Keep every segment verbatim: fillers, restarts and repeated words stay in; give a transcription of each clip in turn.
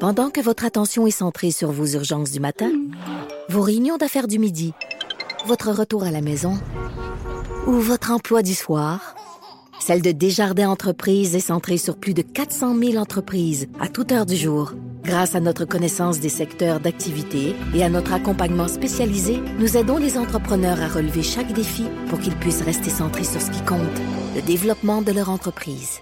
Pendant que votre attention est centrée sur vos urgences du matin, vos réunions d'affaires du midi, votre retour à la maison ou votre emploi du soir, celle de Desjardins Entreprises est centrée sur plus de quatre cent mille entreprises à toute heure du jour. Grâce à notre connaissance des secteurs d'activité et à notre accompagnement spécialisé, nous aidons les entrepreneurs à relever chaque défi pour qu'ils puissent rester centrés sur ce qui compte, le développement de leur entreprise.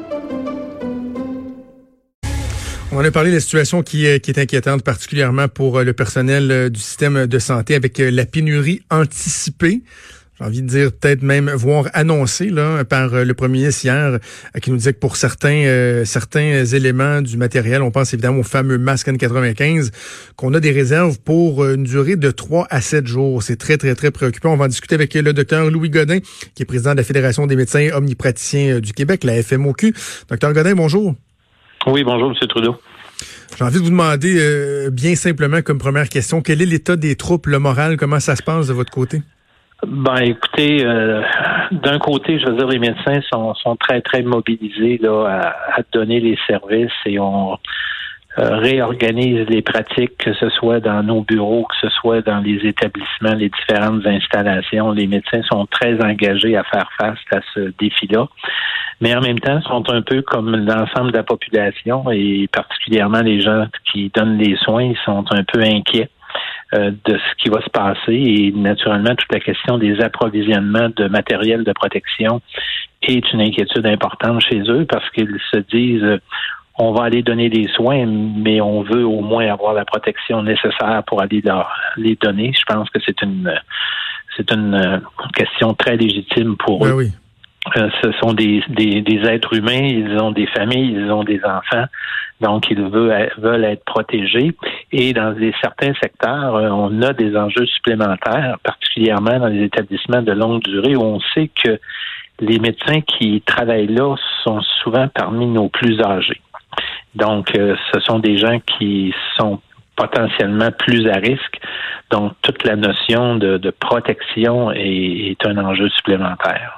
On a parlé de la situation qui est, qui est inquiétante, particulièrement pour le personnel du système de santé avec la pénurie anticipée. J'ai envie de dire peut-être même voire annoncée là, par le premier ministre hier, qui nous disait que pour certains euh, certains éléments du matériel, on pense évidemment au fameux masque N quatre-vingt-quinze, qu'on a des réserves pour une durée de trois à sept jours. C'est très, très, très préoccupant. On va en discuter avec le docteur Louis Godin, qui est président de la Fédération des médecins omnipraticiens du Québec, la F M O Q. Docteur Godin, bonjour. Oui, bonjour, M. Trudeau. J'ai envie de vous demander, euh, bien simplement, comme première question, quel est l'état des troupes, le moral, comment ça se passe de votre côté? Ben, écoutez, euh, d'un côté, je veux dire, les médecins sont, sont très, très mobilisés là à, à donner les services et on euh, réorganise les pratiques, que ce soit dans nos bureaux, que ce soit dans les établissements, les différentes installations. Les médecins sont très engagés à faire face à ce défi-là. Mais en même temps, sont un peu comme l'ensemble de la population et particulièrement les gens qui donnent les soins, ils sont un peu inquiets euh, de ce qui va se passer et naturellement, toute la question des approvisionnements de matériel de protection est une inquiétude importante chez eux parce qu'ils se disent euh, on va aller donner des soins, mais on veut au moins avoir la protection nécessaire pour aller leur, les donner. Je pense que c'est une c'est une question très légitime pour Ben eux. oui. Euh, ce sont des, des, des êtres humains, ils ont des familles, ils ont des enfants, donc ils veulent, veulent être protégés. Et dans des, certains secteurs, euh, on a des enjeux supplémentaires, particulièrement dans les établissements de longue durée, où on sait que les médecins qui travaillent là sont souvent parmi nos plus âgés. Donc, euh, ce sont des gens qui sont potentiellement plus à risque. Donc, toute la notion de, de protection est, est un enjeu supplémentaire.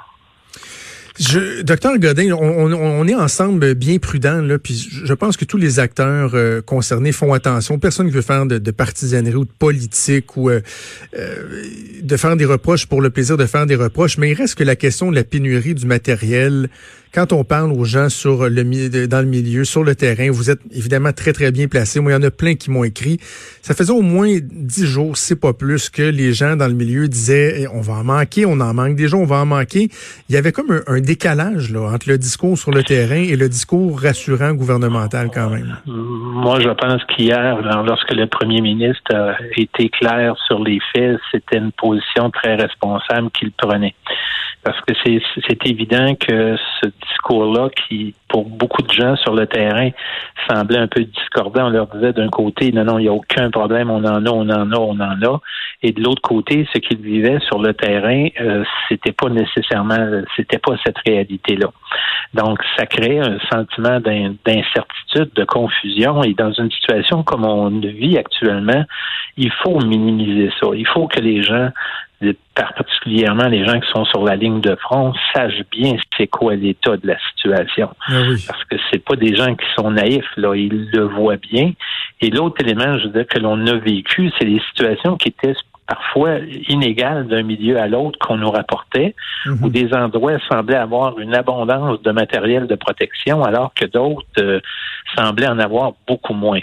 Je, docteur Godin, on, on, on est ensemble bien prudents, là, puis je pense que tous les acteurs euh, concernés font attention. Personne ne veut faire de, de partisanerie ou de politique ou euh, euh, de faire des reproches pour le plaisir de faire des reproches, mais il reste que la question de la pénurie du matériel. Quand on parle aux gens sur le dans le milieu, sur le terrain, vous êtes évidemment très, très bien placés. Moi, il y en a plein qui m'ont écrit. Ça faisait au moins dix jours, c'est pas plus, que les gens dans le milieu disaient on va en manquer, on en manque déjà, on va en manquer. Il y avait comme un, un décalage là entre le discours sur le terrain et le discours rassurant gouvernemental quand même. Moi, je pense qu'hier, lorsque le premier ministre a été clair sur les faits, c'était une position très responsable qu'il prenait. Parce que c'est, c'est évident que ce discours-là, qui, pour beaucoup de gens sur le terrain, semblait un peu discordant. On leur disait d'un côté, non, non, il n'y a aucun problème, on en a, on en a, on en a. Et de l'autre côté, ce qu'ils vivaient sur le terrain, euh, c'était pas nécessairement, c'était pas cette réalité-là. Donc, ça crée un sentiment d'in, d'incertitude, de confusion. Et dans une situation comme on vit actuellement, il faut minimiser ça. Il faut que les gens, particulièrement les gens qui sont sur la ligne de front, sachent bien c'est quoi l'état de la situation. Ah oui. Parce que c'est pas des gens qui sont naïfs, là, ils le voient bien. Et l'autre élément, je veux dire, que l'on a vécu, c'est des situations qui étaient parfois inégales d'un milieu à l'autre qu'on nous rapportait, mm-hmm. où des endroits semblaient avoir une abondance de matériel de protection, alors que d'autres euh, semblaient en avoir beaucoup moins.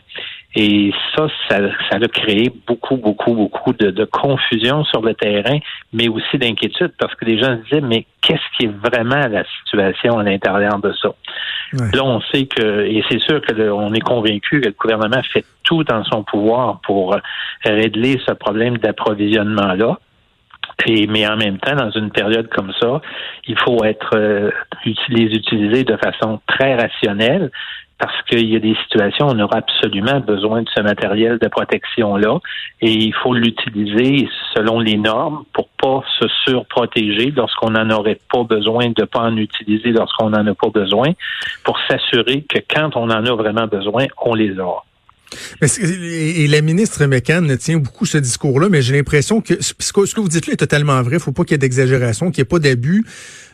Et ça, ça, ça a créé beaucoup, beaucoup, beaucoup de, de confusion sur le terrain, mais aussi d'inquiétude, parce que les gens se disaient, mais qu'est-ce qui est vraiment la situation à l'intérieur de ça? Ouais. Là, on sait que, et c'est sûr que le, on est convaincu que le gouvernement fait tout dans son pouvoir pour régler ce problème d'approvisionnement-là. Et, mais en même temps, dans une période comme ça, il faut être euh, les utiliser de façon très rationnelle, parce qu'il y a des situations où on aura absolument besoin de ce matériel de protection-là et il faut l'utiliser selon les normes pour pas se surprotéger lorsqu'on n'en aurait pas besoin, de pas en utiliser lorsqu'on n'en a pas besoin, pour s'assurer que quand on en a vraiment besoin, on les aura. Mais et la ministre McCann tient beaucoup ce discours-là, mais j'ai l'impression que ce que vous dites là est totalement vrai. Il ne faut pas qu'il y ait d'exagération, qu'il n'y ait pas d'abus.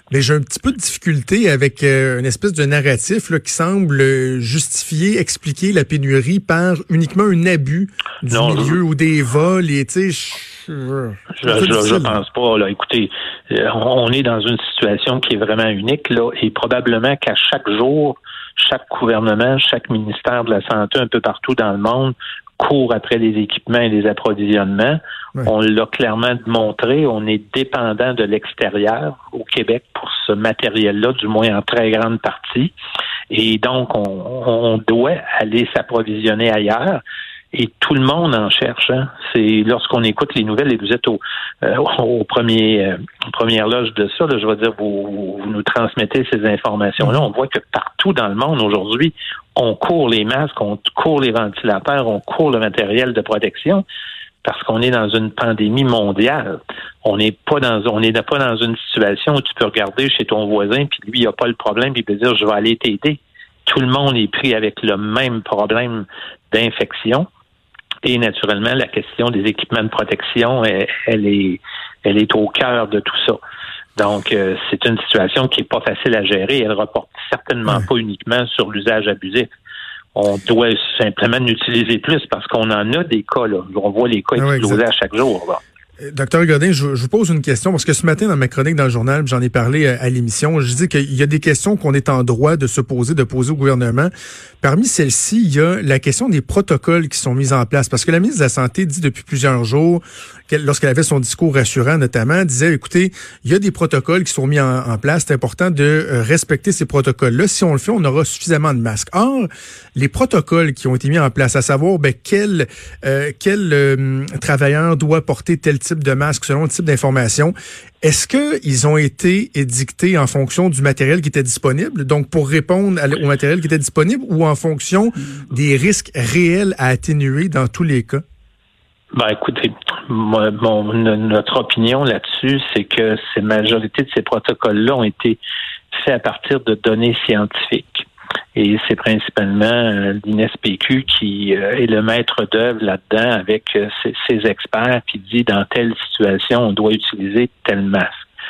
Mais j'ai un petit peu de difficulté avec euh, une espèce de narratif là, qui semble euh, justifier, expliquer la pénurie par uniquement un abus du non, milieu je... ou des vols. Et tu sais, je, je, je, je pense pas. Là, écoutez, euh, on est dans une situation qui est vraiment unique là, et probablement qu'à chaque jour, chaque gouvernement, chaque ministère de la Santé un peu partout dans le monde court après les équipements et les approvisionnements. Ouais. On l'a clairement démontré, on est dépendant de l'extérieur au Québec pour ce matériel-là, du moins en très grande partie. Et donc, on, on doit aller s'approvisionner ailleurs. Et tout le monde en cherche. Hein. C'est lorsqu'on écoute les nouvelles, et vous êtes au, euh, au premier, euh, première loge de ça, là, je veux dire, vous, vous nous transmettez ces informations-là. On voit que partout dans le monde aujourd'hui, on court les masques, on court les ventilateurs, on court le matériel de protection parce qu'on est dans une pandémie mondiale. On n'est pas dans, on n'est pas dans une situation où tu peux regarder chez ton voisin puis lui il a pas le problème puis il peut dire je vais aller t'aider. Tout le monde est pris avec le même problème d'infection. Et naturellement, la question des équipements de protection, elle, elle est, elle est au cœur de tout ça. Donc, euh, c'est une situation qui est pas facile à gérer. Elle reporte certainement pas uniquement sur l'usage abusif. On doit simplement l'utiliser plus parce qu'on en a des cas, là. On voit les cas exploser à chaque jour, là. Docteur Godin, je, je vous pose une question parce que ce matin dans ma chronique dans le journal, j'en ai parlé à, à l'émission, je dis qu'il y a des questions qu'on est en droit de se poser, de poser au gouvernement. Parmi celles-ci, il y a la question des protocoles qui sont mis en place parce que la ministre de la Santé dit depuis plusieurs jours, lorsqu'elle avait son discours rassurant notamment, disait, écoutez, il y a des protocoles qui sont mis en, en place, c'est important de respecter ces protocoles-là. Si on le fait, on aura suffisamment de masques. Or, les protocoles qui ont été mis en place, à savoir ben, quel, euh, quel euh, travailleur doit porter tel type de masque selon le type d'information. Est-ce qu'ils ont été édictés en fonction du matériel qui était disponible, donc pour répondre à, au matériel qui était disponible ou en fonction des risques réels à atténuer dans tous les cas? Ben, écoutez, mon, mon, notre opinion là-dessus, c'est que la majorité de ces protocoles-là ont été faits à partir de données scientifiques. Et c'est principalement euh, l'I N S P Q qui euh, est le maître d'œuvre là-dedans avec euh, ses, ses experts qui dit dans telle situation, on doit utiliser tel masque.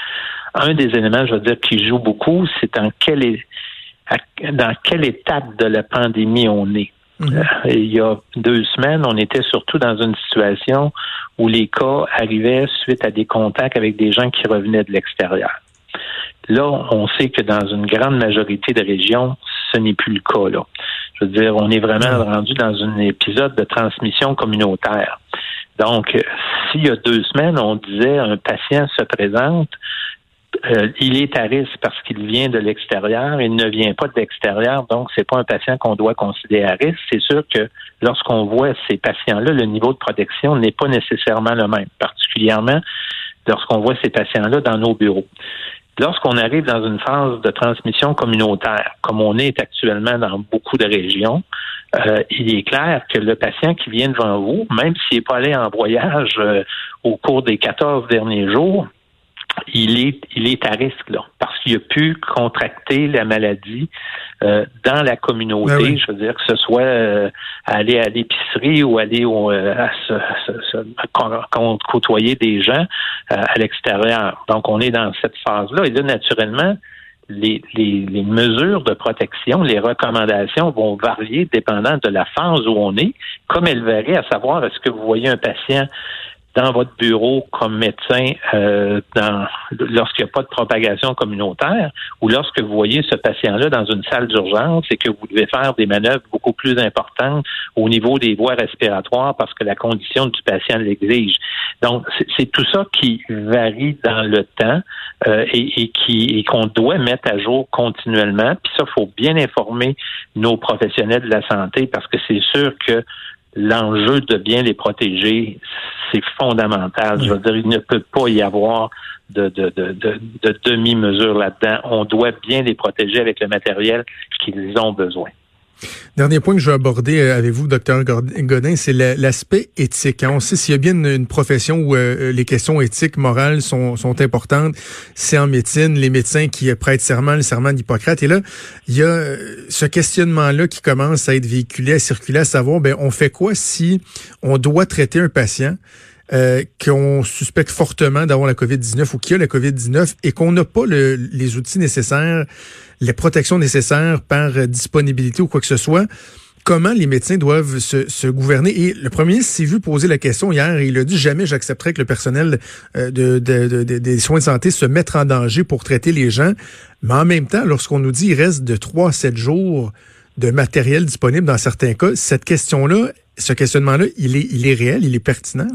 Un des éléments, je veux dire, qui joue beaucoup, c'est dans quelle, est, à, dans quelle étape de la pandémie on est. Mmh. Euh, il y a deux semaines, on était surtout dans une situation où les cas arrivaient suite à des contacts avec des gens qui revenaient de l'extérieur. Là, on sait que dans une grande majorité de régions, ce n'est plus le cas, là. Je veux dire, on est vraiment rendu dans un épisode de transmission communautaire. Donc, s'il y a deux semaines, on disait un patient se présente, euh, il est à risque parce qu'il vient de l'extérieur, il ne vient pas de l'extérieur, donc c'est pas un patient qu'on doit considérer à risque. C'est sûr que lorsqu'on voit ces patients-là, le niveau de protection n'est pas nécessairement le même, particulièrement lorsqu'on voit ces patients-là dans nos bureaux. Lorsqu'on arrive dans une phase de transmission communautaire, comme on est actuellement dans beaucoup de régions, euh, il est clair que le patient qui vient devant vous, même s'il n'est pas allé en voyage euh, au cours des quatorze derniers jours, il est il est à risque là, parce qu'il a pu contracter la maladie euh, dans la communauté. Ah oui. Je veux dire que ce soit euh, aller à l'épicerie ou aller au, euh, à se, se, se côtoyer des gens euh, à l'extérieur. Donc on est dans cette phase-là. Et là, naturellement, les, les, les mesures de protection, les recommandations vont varier dépendant de la phase où on est, comme elles varient, à savoir est-ce que vous voyez un patient dans votre bureau comme médecin euh, dans, lorsqu'il n'y a pas de propagation communautaire ou lorsque vous voyez ce patient-là dans une salle d'urgence et que vous devez faire des manœuvres beaucoup plus importantes au niveau des voies respiratoires parce que la condition du patient l'exige. Donc, c'est, c'est tout ça qui varie dans le temps euh, et, et, qui, et qu'on doit mettre à jour continuellement. Puis ça, il faut bien informer nos professionnels de la santé parce que c'est sûr que l'enjeu de bien les protéger, c'est fondamental. Je veux dire, il ne peut pas y avoir de, de, de, de, de demi-mesure là-dedans. On doit bien les protéger avec le matériel qu'ils ont besoin. Dernier point que je veux aborder avec vous, docteur Godin, c'est l'aspect éthique. On sait s'il y a bien une, une profession où euh, les questions éthiques, morales sont, sont importantes, c'est en médecine, les médecins qui prêtent serment, le serment d'Hippocrate. Et là, il y a ce questionnement-là qui commence à être véhiculé, à circuler, à savoir, ben, on fait quoi si on doit traiter un patient euh, qu'on suspecte fortement d'avoir la covid dix-neuf ou qui a la covid dix-neuf et qu'on n'a pas le, les outils nécessaires, les protections nécessaires par disponibilité ou quoi que ce soit, comment les médecins doivent se, se gouverner? Et le premier ministre s'est vu poser la question hier et il a dit jamais j'accepterai que le personnel euh, de, de, de, de, des soins de santé se mette en danger pour traiter les gens. Mais en même temps, lorsqu'on nous dit qu'il reste de trois à sept jours de matériel disponible dans certains cas, cette question-là, ce questionnement-là, il est, il est réel, il est pertinent.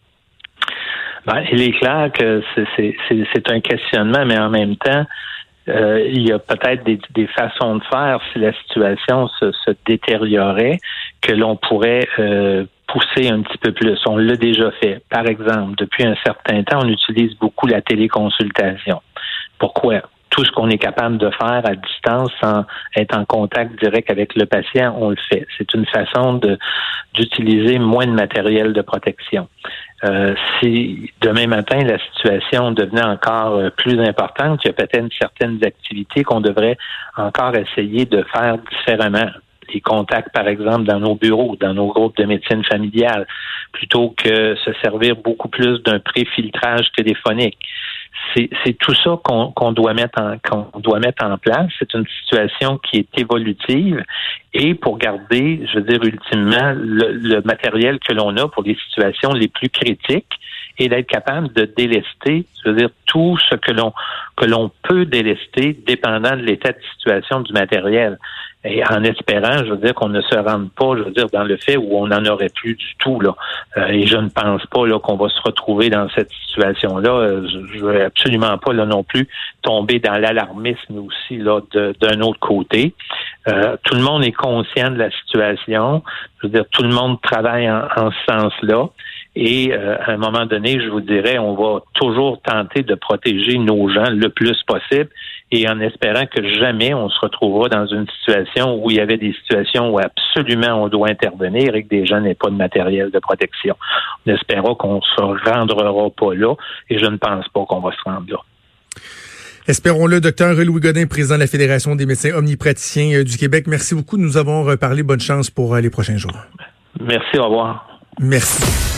Ben, il est clair que c'est, c'est, c'est, c'est un questionnement, mais en même temps, Euh, il y a peut-être des, des façons de faire si la situation se, se détériorait que l'on pourrait euh, pousser un petit peu plus. On l'a déjà fait. Par exemple, depuis un certain temps, on utilise beaucoup la téléconsultation. Pourquoi? Tout ce qu'on est capable de faire à distance sans être en contact direct avec le patient, on le fait. C'est une façon de d'utiliser moins de matériel de protection. Euh, si demain matin, la situation devenait encore plus importante, il y a peut-être certaines activités qu'on devrait encore essayer de faire différemment. Les contacts, par exemple, dans nos bureaux, dans nos groupes de médecine familiale, plutôt que se servir beaucoup plus d'un pré-filtrage téléphonique. C'est, c'est tout ça qu'on, qu'on doit mettre en, qu'on doit mettre en place. C'est une situation qui est évolutive et pour garder, je veux dire, ultimement, le, le matériel que l'on a pour les situations les plus critiques et d'être capable de délester, je veux dire, tout ce que l'on, que l'on peut délester dépendant de l'état de situation du matériel. Et en espérant, je veux dire, qu'on ne se rende pas, je veux dire, dans le fait où on n'en aurait plus du tout, là. Euh, et je ne pense pas, là, qu'on va se retrouver dans cette situation-là. Je, je veux absolument pas, là, non plus, tomber dans l'alarmisme aussi, là, de, d'un autre côté. Euh, tout le monde est conscient de la situation. Je veux dire, tout le monde travaille en, en ce sens-là. Et euh, à un moment donné, je vous dirais, on va toujours tenter de protéger nos gens le plus possible et en espérant que jamais on se retrouvera dans une situation où il y avait des situations où absolument on doit intervenir et que des gens n'aient pas de matériel de protection. On espérera qu'on ne se rendra pas là et je ne pense pas qu'on va se rendre là. Espérons-le, docteur Louis Godin, président de la Fédération des médecins omnipraticiens du Québec. Merci beaucoup de nous avoir parlé. Bonne chance pour les prochains jours. Merci, au revoir. Merci.